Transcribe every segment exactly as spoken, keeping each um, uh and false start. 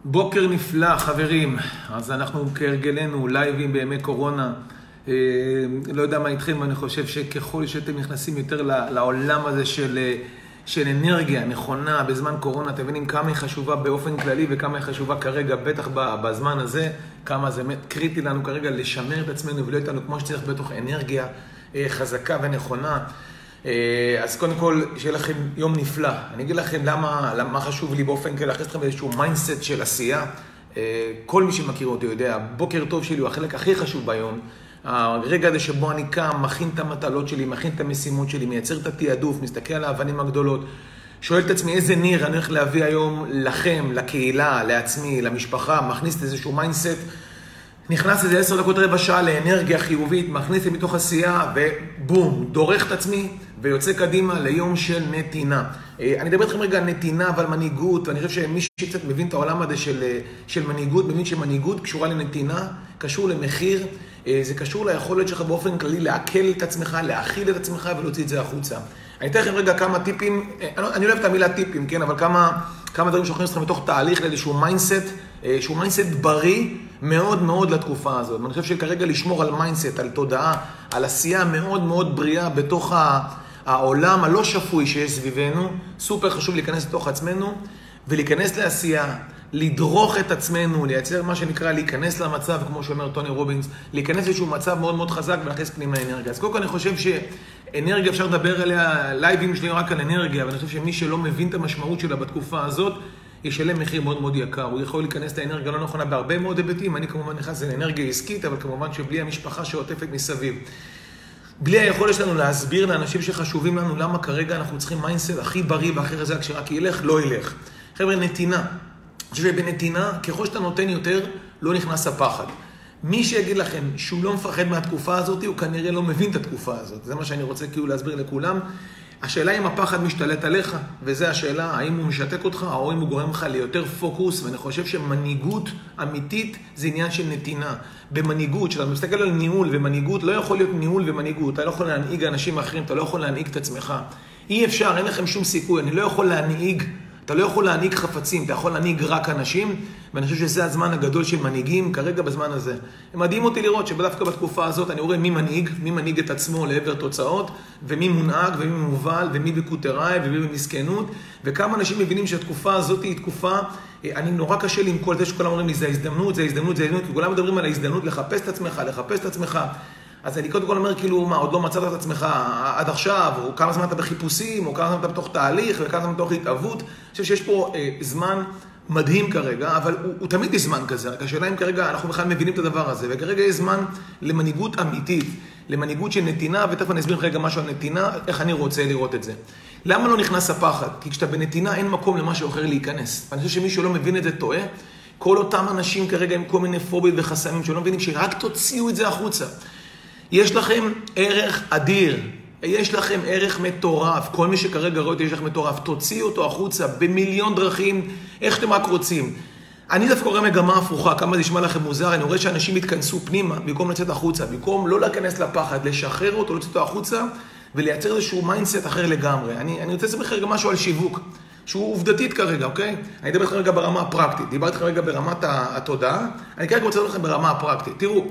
בוקר נפלא, חברים. אז אנחנו כהרגלנו לייבים בימי קורונה. אה, לא יודע מה איתכם, ואני חושב שככל שאתם נכנסים יותר לעולם הזה של, של אנרגיה נכונה בזמן קורונה, אתם מבינים כמה היא חשובה באופן כללי וכמה היא חשובה כרגע, בטח בזמן הזה, כמה זה קריטי לנו כרגע לשמר את עצמנו ולהיות לנו כמו שצריך בתוך אנרגיה אה, חזקה ונכונה. אז קודם כל, שיהיה לכם יום נפלא. אני אגיד לכם למה, למה חשוב לי באופן כלל להכניס אתכם באיזשהו מיינדסט של עשייה. כל מי שמכיר אותי יודע, בוקר טוב שלי הוא החלק הכי חשוב ביום. הרגע הזה שבו אני קם, מכין את המטלות שלי, מכין את המשימות שלי, מייצר את התיעדוף, מסתכל על האבנים הגדולות, שואל את עצמי איזה ניר אני הולך להביא היום לכם, לקהילה, לעצמי, למשפחה, מכניס איזשהו מיינדסט, נכנס איזה עשר דקות רבע שעה לאנרגיה חיובית, מכניס לי מתוך עשייה ובום, דורך את עצמי ויוצא קדימה ליום של נתינה. אני אדבר אתכם רגע על נתינה ועל מנהיגות, ואני חושב שמי שקצת מבין את העולם הזה של, של מנהיגות, מבין שמנהיגות קשורה לנתינה, קשור למחיר, זה קשור ליכולת שלך באופן כללי להקל את עצמך, להכיל את עצמך ולהוציא את זה החוצה. אני אתן לכם רגע כמה טיפים, אני לא אוהב את המילה טיפים, כן, אבל כמה, כמה דברים שאוכלים אתכם מתוך תהליך לאיזשהו מיינדסט, שהוא מיינדסט בריא מאוד מאוד לתקופה הזאת. ואני חושב שכרגע לשמור על מיינדסט, על תודעה, על עשייה מאוד מאוד בריאה בתוך העולם הלא שפוי שיש סביבנו, סופר חשוב להיכנס לתוך עצמנו ולהיכנס לעשייה, לדרוך את עצמנו, לייצר מה שנקרא להיכנס למצב, כמו שאומר טוני רובינס, להיכנס לאיזשהו מצב מאוד מאוד חזק ולהכניס פנימה אנרגיה. אז קודם כל אני חושב שאנרגיה אפשר לדבר עליה, לייבים שלי רק על אנרגיה, ואני חושב שמי שלא מבין את המשמעות שלה בתקופה הזאת, ישלם מחיר מאוד מאוד יקר. הוא יכול להיכנס לאנרגיה לא נכונה בהרבה מאוד היבטים. אני כמובן נכנס לאנרגיה עסקית, אבל כמובן שבלי המשפחה שעוטפת מסביב. בלי היכולת שלנו להסביר לאנשים שחשובים לנו למה כרגע אנחנו צריכים מיינדסט הכי בריא והכי חזק, שרק ילך, לא ילך. חבר'ה, נתינה. אני חושב שבנתינה, ככל שאתה נותן יותר, לא נכנס הפחד. מי שיגיד לכם שהוא לא מפחד מהתקופה הזאת, הוא כנראה לא מבין את התקופה הזאת. זה מה שאני רוצה כאילו להסביר לכולם. השאלה אם הפחד משתלט עליך, וזו השאלה, האם הוא משתק אותך, או אם הוא גורם לך ליותר פוקוס, ואני חושב שמנהיגות אמיתית זה עניין של נתינה. במנהיגות, כשאתה מסתכל על ניהול ומנהיגות, לא יכול להיות ניהול ומנהיגות, אתה לא יכול להנהיג אנשים אחרים, אתה לא יכול להנהיג את עצמך. אי אפשר, אין לכם שום סיכוי, אני לא יכול להנהיג, אתה לא יכול להנהיג חפצים, אתה יכול להנהיג רק אנשים, ואני חושב שזה הזמן הגדול של מנהיגים כרגע בזמן הזה. הם מדהים אותי לראות שבדווקא בתקופה הזאת אני רואה מי מנהיג, מי מנהיג את עצמו לעבר תוצאות, ומי מונהג, ומי מובל, ומי בקוטראי, ומי במסכנות, וכמה אנשים מבינים שהתקופה הזאת היא תקופה, אני נורא קשה לי עם כל זה שכולם אומרים לי, זה ההזדמנות, זה ההזדמנות, זה ההזדמנות, כי כולם מדברים על ההזדמנות לחפש את עצמך, לחפש את עצמך. אז אני קודם כל אומר, כאילו, מה, עוד לא מצאת את עצמך עד עכשיו, או כמה זמן אתה בחיפושים, או כמה זמן אתה בתוך תהליך, וכמה זמן בתוך התאבות. אני חושב שיש פה אה, זמן מדהים כרגע, אבל הוא, הוא תמיד יש זמן כזה. רק השאלה אם כרגע אנחנו בכלל מבינים את הדבר הזה, וכרגע יש זמן למנהיגות אמיתית, למנהיגות של נתינה, ותכף אני אסביר כרגע משהו על נתינה, איך אני רוצה לראות את זה. למה לא נכנס הפחד? כי כשאתה בנתינה אין מקום למשהו אחר להיכנס. ואני חושב שמישהו לא מבין את זה טועה. כל אותם אנשים כרגע עם כל מיני פוביות וחסמים, שלא מבינים שרק תוציאו את זה החוצה. יש לכם ערך אדיר, יש לכם ערך מטורף, כל מי שכרגע רואה אותי יש לך מטורף, תוציאו אותו החוצה במיליון דרכים, איך שאתם רק רוצים. אני דווקא רואה מגמה הפוכה, כמה זה ישמע לכם מוזר, אני רואה שאנשים יתכנסו פנימה, במקום לצאת החוצה, במקום לא להיכנס לפחד, לשחרר אותו, לצאת אותו החוצה, ולייצר איזשהו מיינדסט אחר לגמרי. אני, אני רוצה לספר לכם משהו על שיווק, שהוא עובדתית כרגע, אוקיי? אני אדבר לכם רגע ברמה הפרקטית, דיברתי לכם רגע ברמת התודעה, אני כרגע רוצה לדבר לכם ברמה הפרקטית. תראו,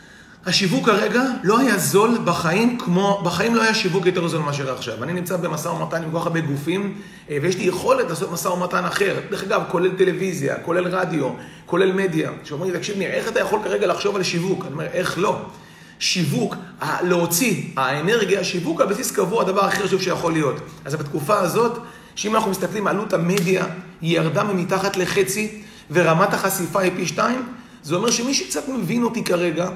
השיווק הרגע לא היה זול בחיים, כמו, בחיים לא היה שיווק יותר זול מאשר עכשיו. אני נמצא במשא ומתן עם כל כך הרבה גופים, ויש לי יכולת לעשות משא ומתן אחר. דרך אגב, כולל טלוויזיה, כולל רדיו, כולל מדיה. שאומרים לי, תקשיב, איך אתה יכול כרגע לחשוב על שיווק? אני אומר, איך לא? שיווק, להוציא, האנרגיה, השיווק על בסיס קבוע, הדבר הכי חשוב שיכול להיות. אז בתקופה הזאת, שאם אנחנו מסתכלים, עלות המדיה היא ירדה ממתחת לחצי, ורמת החשיפה היא פי שתיים, זה אומר שמי שקצת מבין אותי כרגע,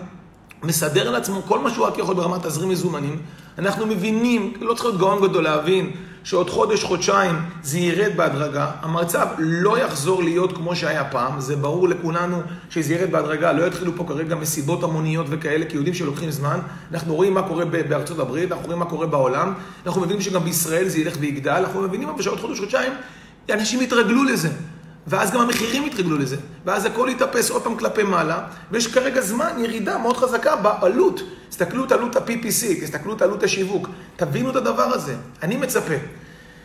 מסדר לעצמו כל מה שהוא רק יכול ברמת תזרים מזומנים, אנחנו מבינים, לא צריך להיות גאון גדול להבין, שעוד חודש, חודשיים זה ירד בהדרגה, המצב לא יחזור להיות כמו שהיה פעם, זה ברור לכולנו שזה ירד בהדרגה, לא יתחילו פה כרגע מסיבות המוניות וכאלה, כי יודעים שלוקחים זמן, אנחנו רואים מה קורה בארצות הברית, אנחנו רואים מה קורה בעולם, אנחנו מבינים שגם בישראל זה ילך ויגדל, אנחנו מבינים אבל שעוד חודש, חודשיים, אנשים יתרגלו לזה. ואז גם המחירים יתרגלו לזה, ואז הכל יתאפס עוד פעם כלפי מעלה, ויש כרגע זמן ירידה מאוד חזקה בעלות. תסתכלו את עלות ה-פי פי סי, תסתכלו את עלות השיווק, תבינו את הדבר הזה. אני מצפה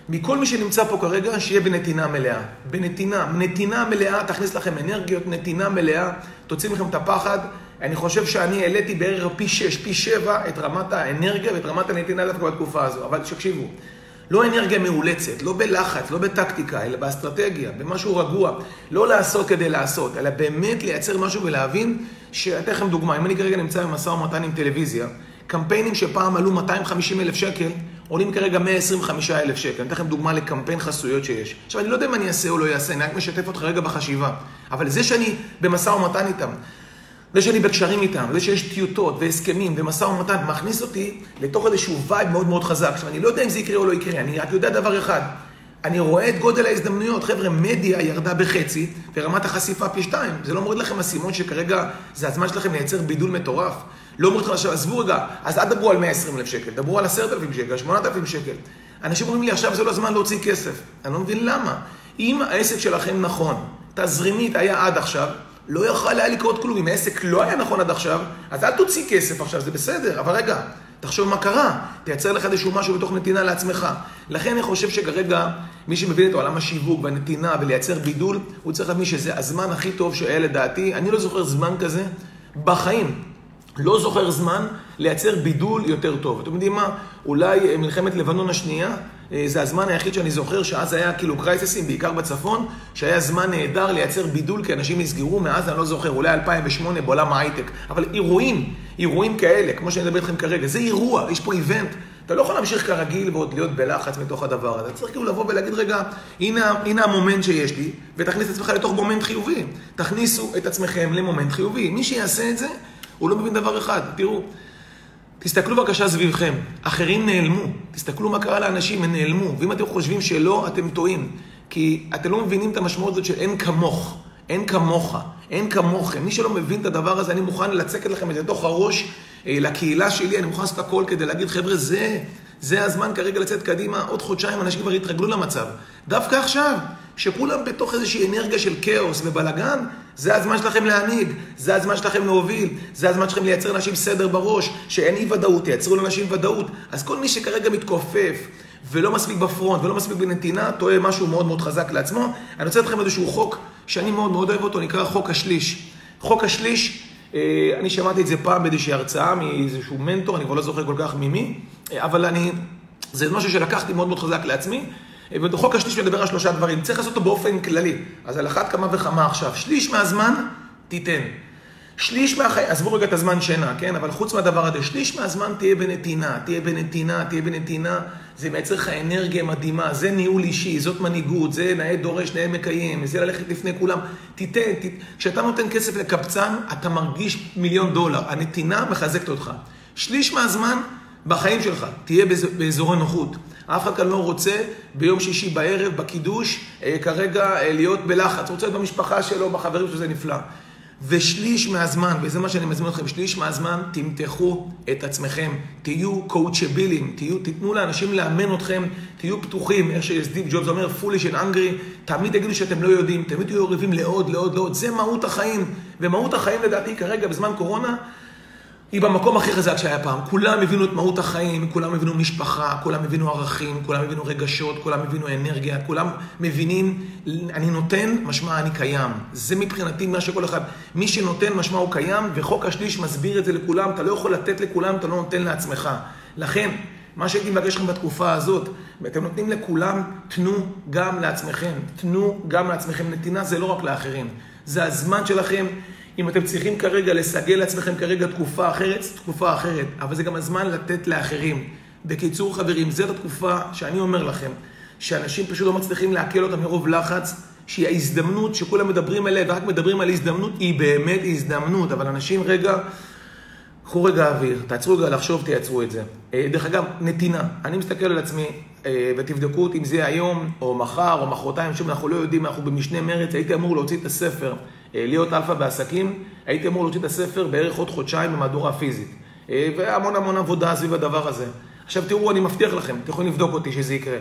מכל מי שנמצא פה כרגע, שיהיה בנתינה מלאה. בנתינה, נתינה מלאה, תכניס לכם אנרגיות, נתינה מלאה, תוציא לכם את הפחד. אני חושב שאני העליתי בערך פי שש, פי שבע את רמת האנרגיה ואת רמת הנתינה דווקא בתקופה הזו. אבל תקשיבו, לא אנרגיה מאולצת, לא בלחץ, לא בטקטיקה, אלא באסטרטגיה, במשהו רגוע. לא לעשות כדי לעשות, אלא באמת לייצר משהו ולהבין שאתן לכם דוגמה. אם אני כרגע נמצא במשא ומתן עם טלוויזיה, קמפיינים שפעם עלו מאתיים וחמישים אלף שקל, עולים כרגע מאה עשרים וחמישה אלף שקל. אני אתן לכם דוגמה לקמפיין חסויות שיש. עכשיו, אני לא יודע מה אני אעשה או לא אעשה, אני רק משתף אותך רגע בחשיבה. אבל זה שאני במשא ומתן איתם, זה שאני בקשרים איתם, זה שיש טיוטות והסכמים ומשא ומתן, מכניס אותי לתוך איזשהו וייב מאוד מאוד חזק. עכשיו, אני לא יודע אם זה יקרה או לא יקרה, אני רק יודע דבר אחד. אני רואה את גודל ההזדמנויות. חבר'ה, מדיה ירדה בחצי, ורמת החשיפה פי שתיים. זה לא מוריד לכם הסימון שכרגע זה הזמן שלכם לייצר בידול מטורף. לא מוריד לכם עכשיו, עזבו רגע, אז אל דברו על מאה ועשרים אלף שקל, דברו על עשרת אלפים שקל, שמונת אלפים שקל. אנשים אומרים לי, עכשיו זה לא הזמן להוציא כסף. אני לא מבין למה. אם העסק שלכם נכון, תזרימית היה עד עכשיו, לא יכול היה לקרות כלום. אם העסק לא היה נכון עד עכשיו, אז אל תוציא כסף עכשיו, זה בסדר. אבל רגע, תחשוב מה קרה. תייצר לך איזשהו משהו בתוך נתינה לעצמך. לכן אני חושב שכרגע, מי שמבין את עולם השיווק והנתינה ולייצר בידול, הוא צריך להבין שזה הזמן הכי טוב שהיה לדעתי. אני לא זוכר זמן כזה בחיים. לא זוכר זמן לייצר בידול יותר טוב. אתם יודעים מה? אולי מלחמת לבנון השנייה, זה הזמן היחיד שאני זוכר שאז היה כאילו קרייססים, בעיקר בצפון, שהיה זמן נהדר לייצר בידול, כי אנשים נסגרו, מאז אני לא זוכר, אולי אלפיים ושמונה בעולם ההייטק. אבל אירועים, אירועים כאלה, כמו שאני מדבר איתכם כרגע, זה אירוע, יש פה איבנט. אתה לא יכול להמשיך כרגיל ועוד להיות בלחץ מתוך הדבר הזה. אתה צריך כאילו לבוא ולהגיד, רגע, הנה, הנה המומנט שיש לי, ותכניס את עצמך לתוך מומנט חיובי. תכניסו את עצמכם למומנט חיובי. מי שיעשה את זה, הוא לא מבין דבר אחד. תראו, תסתכלו בבקשה סביבכם. אחרים נעלמו. תסתכלו מה קרה לאנשים, הם נעלמו. ואם אתם חושבים שלא, אתם טועים. כי אתם לא מבינים את המשמעות הזאת של אין כמוך, אין כמוך, אין כמוכם. מי שלא מבין את הדבר הזה, אני מוכן לצקת לכם את זה תוך הראש, לקהילה שלי, אני מוכן לעשות הכל כדי להגיד, חבר'ה, זה, זה הזמן כרגע לצאת קדימה. עוד חודשיים אנשים כבר יתרגלו למצב. דווקא עכשיו, שכולם בתוך איזושהי אנרגיה של כאוס ובלגן, זה הזמן שלכם להנהיג, זה הזמן שלכם להוביל, זה הזמן שלכם לייצר לאנשים סדר בראש, שאין אי ודאות, תייצרו לאנשים ודאות. אז כל מי שכרגע מתכופף ולא מספיק בפרונט ולא מספיק בנתינה, טועה משהו מאוד מאוד חזק לעצמו. אני רוצה לתכם איזשהו חוק שאני מאוד מאוד אוהב אותו, נקרא חוק השליש. חוק השליש, אני שמעתי את זה פעם באיזושהי הרצאה מאיזשהו מנטור, אני כבר לא זוכר כל כך ממי, אבל אני, זה משהו שלקחתי מאוד מאוד חזק לעצמי. ובחוק השליש מדבר על שלושה דברים. צריך לעשות אותו באופן כללי. אז על אחת כמה וכמה עכשיו. שליש מהזמן, תיתן. שליש מהחיים, עזבו רגע את הזמן שינה, כן? אבל חוץ מהדבר הזה, שליש מהזמן תהיה בנתינה, תהיה בנתינה, תהיה בנתינה. זה מייצר לך אנרגיה מדהימה, זה ניהול אישי, זאת מנהיגות, זה נאה דורש, נאה מקיים, זה ללכת לפני כולם. תיתן, תיתן. כשאתה נותן כסף לקבצן, אתה מרגיש מיליון דולר. הנתינה מחזקת אותך. שליש מהזמן בחיים שלך, תהיה באזורי נוחות. אף אחד כאן לא רוצה ביום שישי בערב, בקידוש, כרגע להיות בלחץ. רוצה להיות במשפחה שלו, בחברים שזה נפלא. ושליש מהזמן, וזה מה שאני מזמין אתכם, שליש מהזמן, תמתחו את עצמכם. תהיו קואוצ'בילים, תהיו, תיתנו לאנשים לאמן אתכם, תהיו פתוחים, איך שסטיב ג'ובס אומר, foolish and angry, תמיד תגידו שאתם לא יודעים, תמיד תהיו ערבים לעוד, לעוד, לעוד. זה מהות החיים. ומהות החיים לדעתי כרגע בזמן קורונה, היא במקום הכי חזק שהיה פעם. כולם הבינו את מהות החיים, כולם הבינו משפחה, כולם הבינו ערכים, כולם הבינו רגשות, כולם הבינו אנרגיה, כולם מבינים, אני נותן, משמע אני קיים. זה מבחינתי מה שכל אחד, מי שנותן משמע הוא קיים, וחוק השליש מסביר את זה לכולם, אתה לא יכול לתת לכולם, אתה לא נותן לעצמך. לכן, מה שהייתי מבקש לכם בתקופה הזאת, ואתם נותנים לכולם, תנו גם לעצמכם, תנו גם לעצמכם. נתינה זה לא רק לאחרים, זה הזמן שלכם. אם אתם צריכים כרגע לסגל לעצמכם כרגע תקופה אחרת, תקופה אחרת, אבל זה גם הזמן לתת לאחרים. בקיצור חברים, זאת התקופה שאני אומר לכם, שאנשים פשוט לא מצליחים להקל אותם מרוב לחץ, שהיא ההזדמנות שכולם מדברים עליה, ורק מדברים על הזדמנות, היא באמת הזדמנות, אבל אנשים רגע, קחו רגע אוויר, תעצרו רגע לחשוב, תייצרו את זה. דרך אגב, נתינה, אני מסתכל על עצמי, ותבדקו אם זה היום, או מחר, או מחרתיים, שוב אנחנו לא יודעים, אנחנו במשנה מרץ, הייתי אמור להוציא את הספר, להיות אלפא בעסקים, הייתי אמור להוציא את הספר בערך עוד חודשיים במהדורה פיזית. והמון המון עבודה סביב הדבר הזה. עכשיו תראו, אני מבטיח לכם, אתם יכולים לבדוק אותי שזה יקרה.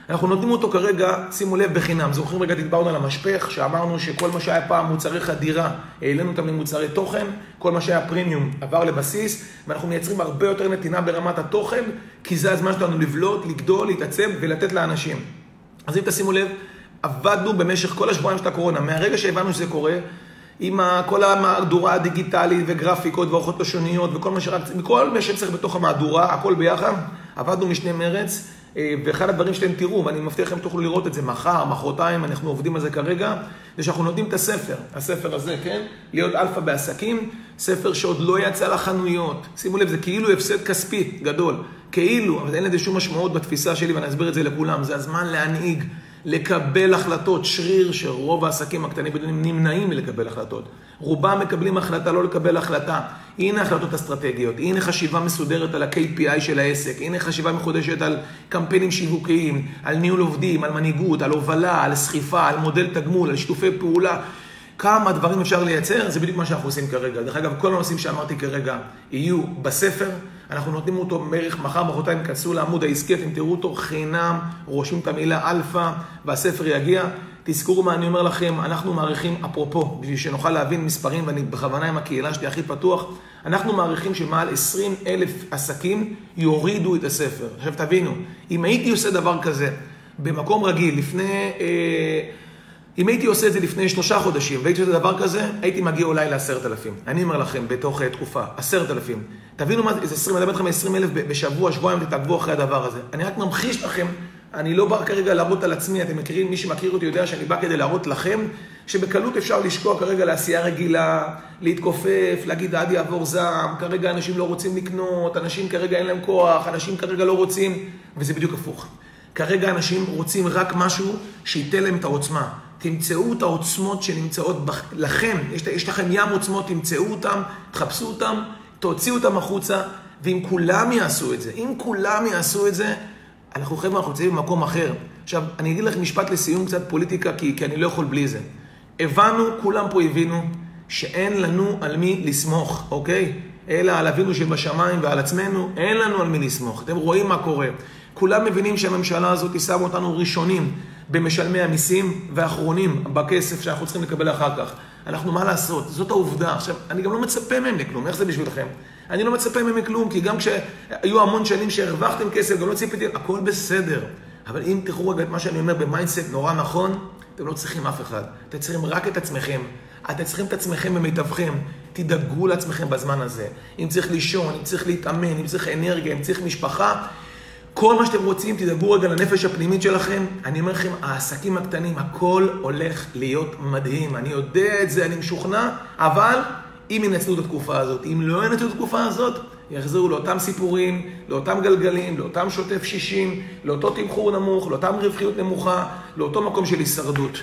אנחנו נותנים אותו כרגע, שימו לב, בחינם. זוכרים רגע, תדברנו על המשפך, שאמרנו שכל מה שהיה פעם מוצרי חדירה, העלינו אותם למוצרי תוכן, כל מה שהיה פרימיום עבר לבסיס, ואנחנו מייצרים הרבה יותר נתינה ברמת התוכן, כי זה הזמן שלנו לבלוט, לגדול, להתעצם ולתת לאנשים. אז אם תשימו לב, עבדנו במשך כל השבועיים של הקורונה, מהרגע שהבנו שזה קורה, עם כל המהדורה הדיגיטלית וגרפיקות ואורחות לשוניות וכל מה שרק, מכל מה שצריך בתוך המהדורה, הכל ביחד, עבדנו משני מרץ, ואחד הדברים שאתם תראו, ואני מבטיח לכם שתוכלו לראות את זה מחר, מחרתיים, אנחנו עובדים על זה כרגע, זה שאנחנו נותנים את הספר, הספר הזה, כן? להיות אלפא בעסקים, ספר שעוד לא יצא לחנויות. שימו לב, זה כאילו הפסד כספי גדול, כאילו, אבל אין לזה שום משמעות בתפיסה שלי, ואני אסביר את זה לכולם. זה הזמן להנהיג, לקבל החלטות, שריר שרוב העסקים הקטנים בינוניים נמנעים מלקבל החלטות. רובם מקבלים החלטה לא לקבל החלטה. הנה החלטות אסטרטגיות, הנה חשיבה מסודרת על ה-קיי פי איי של העסק, הנה חשיבה מחודשת על קמפיינים שיווקיים, על ניהול עובדים, על מנהיגות, על הובלה, על סחיפה, על מודל תגמול, על שיתופי פעולה. כמה דברים אפשר לייצר, זה בדיוק מה שאנחנו עושים כרגע. דרך אגב, כל הנושאים שאמרתי כרגע יהיו בספר, אנחנו נותנים אותו מערך מחר, מחרתיים, כנסו לעמוד העסקי, אתם תראו אותו חינם, רושמים את המילה אלפא, והספר יגיע. תזכרו מה אני אומר לכם, אנחנו מעריכים, אפרופו, בשביל שנוכל להבין מספרים, ואני בכוונה עם הקהילה שלי הכי פתוח, אנחנו מעריכים שמעל עשרים אלף עסקים יורידו את הספר. עכשיו תבינו, אם הייתי עושה דבר כזה, במקום רגיל, לפני... אה, אם הייתי עושה את זה לפני שלושה חודשים, והייתי עושה דבר כזה, הייתי מגיע אולי לעשרת אלפים. אני אומר לכם, בתוך תקופה, עשרת אלפים. תבינו מה, זה עשרים, אני מדבר לכם עשרים אלף בשבוע, שבועיים, תתעקבו אחרי הדבר הזה. אני רק ממחיש לכם, אני לא בא כרגע להראות על עצמי, אתם מכירים, מי שמכיר אותי יודע שאני בא כדי להראות לכם, שבקלות אפשר לשקוע כרגע לעשייה רגילה, להתכופף, להגיד עד יעבור זעם, כרגע אנשים לא רוצים לקנות, אנשים כרגע אין להם כוח, אנשים כרגע לא רוצים, וזה בדיוק הפוך. כרגע אנשים רוצים רק משהו שייתן להם את העוצמה. תמצאו את העוצמות שנמצאות לכם, יש, יש לכם ים עוצמות, תמצאו אותם, תחפשו אותם, תוציאו אותם החוצה, ואם כולם יעשו את זה, אם כולם יעשו את זה, אנחנו חבר'ה, אנחנו נמצאים במקום אחר. עכשיו, אני אגיד לכם משפט לסיום קצת פוליטיקה, כי, כי אני לא יכול בלי זה. הבנו, כולם פה הבינו, שאין לנו על מי לסמוך, אוקיי? אלא על אבינו שבשמיים ועל עצמנו, אין לנו על מי לסמוך. אתם רואים מה קורה. כולם מבינים שהממשלה הזאת שמה אותנו ראשונים במשלמי המיסים ואחרונים בכסף שאנחנו צריכים לקבל אחר כך. אנחנו מה לעשות? זאת העובדה. עכשיו, אני גם לא מצפה מהם לכלום. איך זה בשבילכם? אני לא מצפה מהם לכלום, כי גם כשהיו המון שנים שהרווחתם כסף, גם לא ציפיתם, הכל בסדר. אבל אם תראו רגע את מה שאני אומר במיינדסט נורא נכון, אתם לא צריכים אף אחד. אתם צריכים רק את עצמכם. אתם צריכים את עצמכם במיטבכם. תדאגו לעצמכם בזמן הזה. אם צריך לישון, אם צריך להתאמן, אם צריך אנרגיה, אם צריך משפחה, כל מה שאתם רוצים, תדאגו רגע לנפש הפנימית שלכם. אני אומר לכם, העסקים הקטנים, הכל הולך להיות מדהים. אני יודע את זה, אני משוכנע, אבל אם ינצלו את התקופה הזאת, אם לא ינצלו את התקופה הזאת, יחזרו לאותם סיפורים, לאותם גלגלים, לאותם שוטף שישים, לאותו תמחור נמוך, לאותם רווחיות נמוכה, לאותו מקום של הישרדות.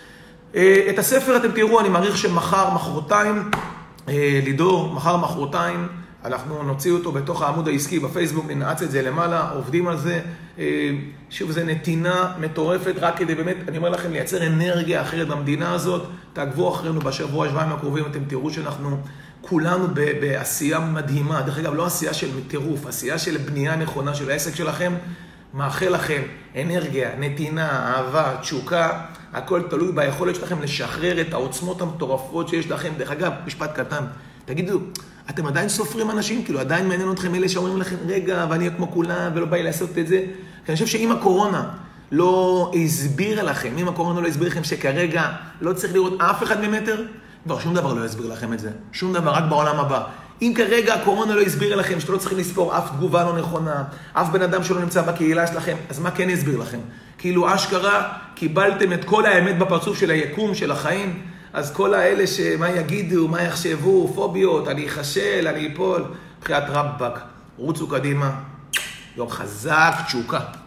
את הספר אתם תראו, אני מעריך שמחר, מחרתיים, לידור, מחר, מחרתיים, אנחנו נוציא אותו בתוך העמוד העסקי בפייסבוק, ננעץ את זה למעלה, עובדים על זה. שוב, זה נתינה מטורפת, רק כדי באמת, אני אומר לכם, לייצר אנרגיה אחרת במדינה הזאת. תעקבו אחרינו בשבוע, שבועיים הקרובים, אתם תראו שאנחנו כולנו בעשייה מדהימה. דרך אגב, לא עשייה של טירוף, עשייה של בנייה נכונה של העסק שלכם. מאחל לכם אנרגיה, נתינה, אהבה, תשוקה, הכל תלוי ביכולת שלכם לשחרר את העוצמות המטורפות שיש לכם. דרך אגב, משפט קטן, תגידו, אתם עדיין סופרים אנשים? כאילו עדיין מעניין אתכם אלה שאומרים לכם, רגע, ואני אהיה כמו כולם, ולא בא לי לעשות את זה? כי אני חושב שאם הקורונה לא הסבירה לכם, אם הקורונה לא הסביר לכם שכרגע לא צריך לראות אף אחד ממטר, כבר שום דבר לא יסביר לכם את זה. שום דבר, רק בעולם הבא. אם כרגע הקורונה לא הסבירה לכם שאתם לא צריכים לספור אף תגובה לא נכונה, אף בן אדם שלא נמצא בקהילה שלכם, אז מה כן יסביר לכם? כאילו אשכרה קיבלתם את כל האמת בפרצוף של היקום, של החיים, אז כל האלה שמה יגידו, מה יחשבו, פוביות, אני אחשל, אני אפול, בחיית רבק, רוצו קדימה, יום חזק, תשוקה.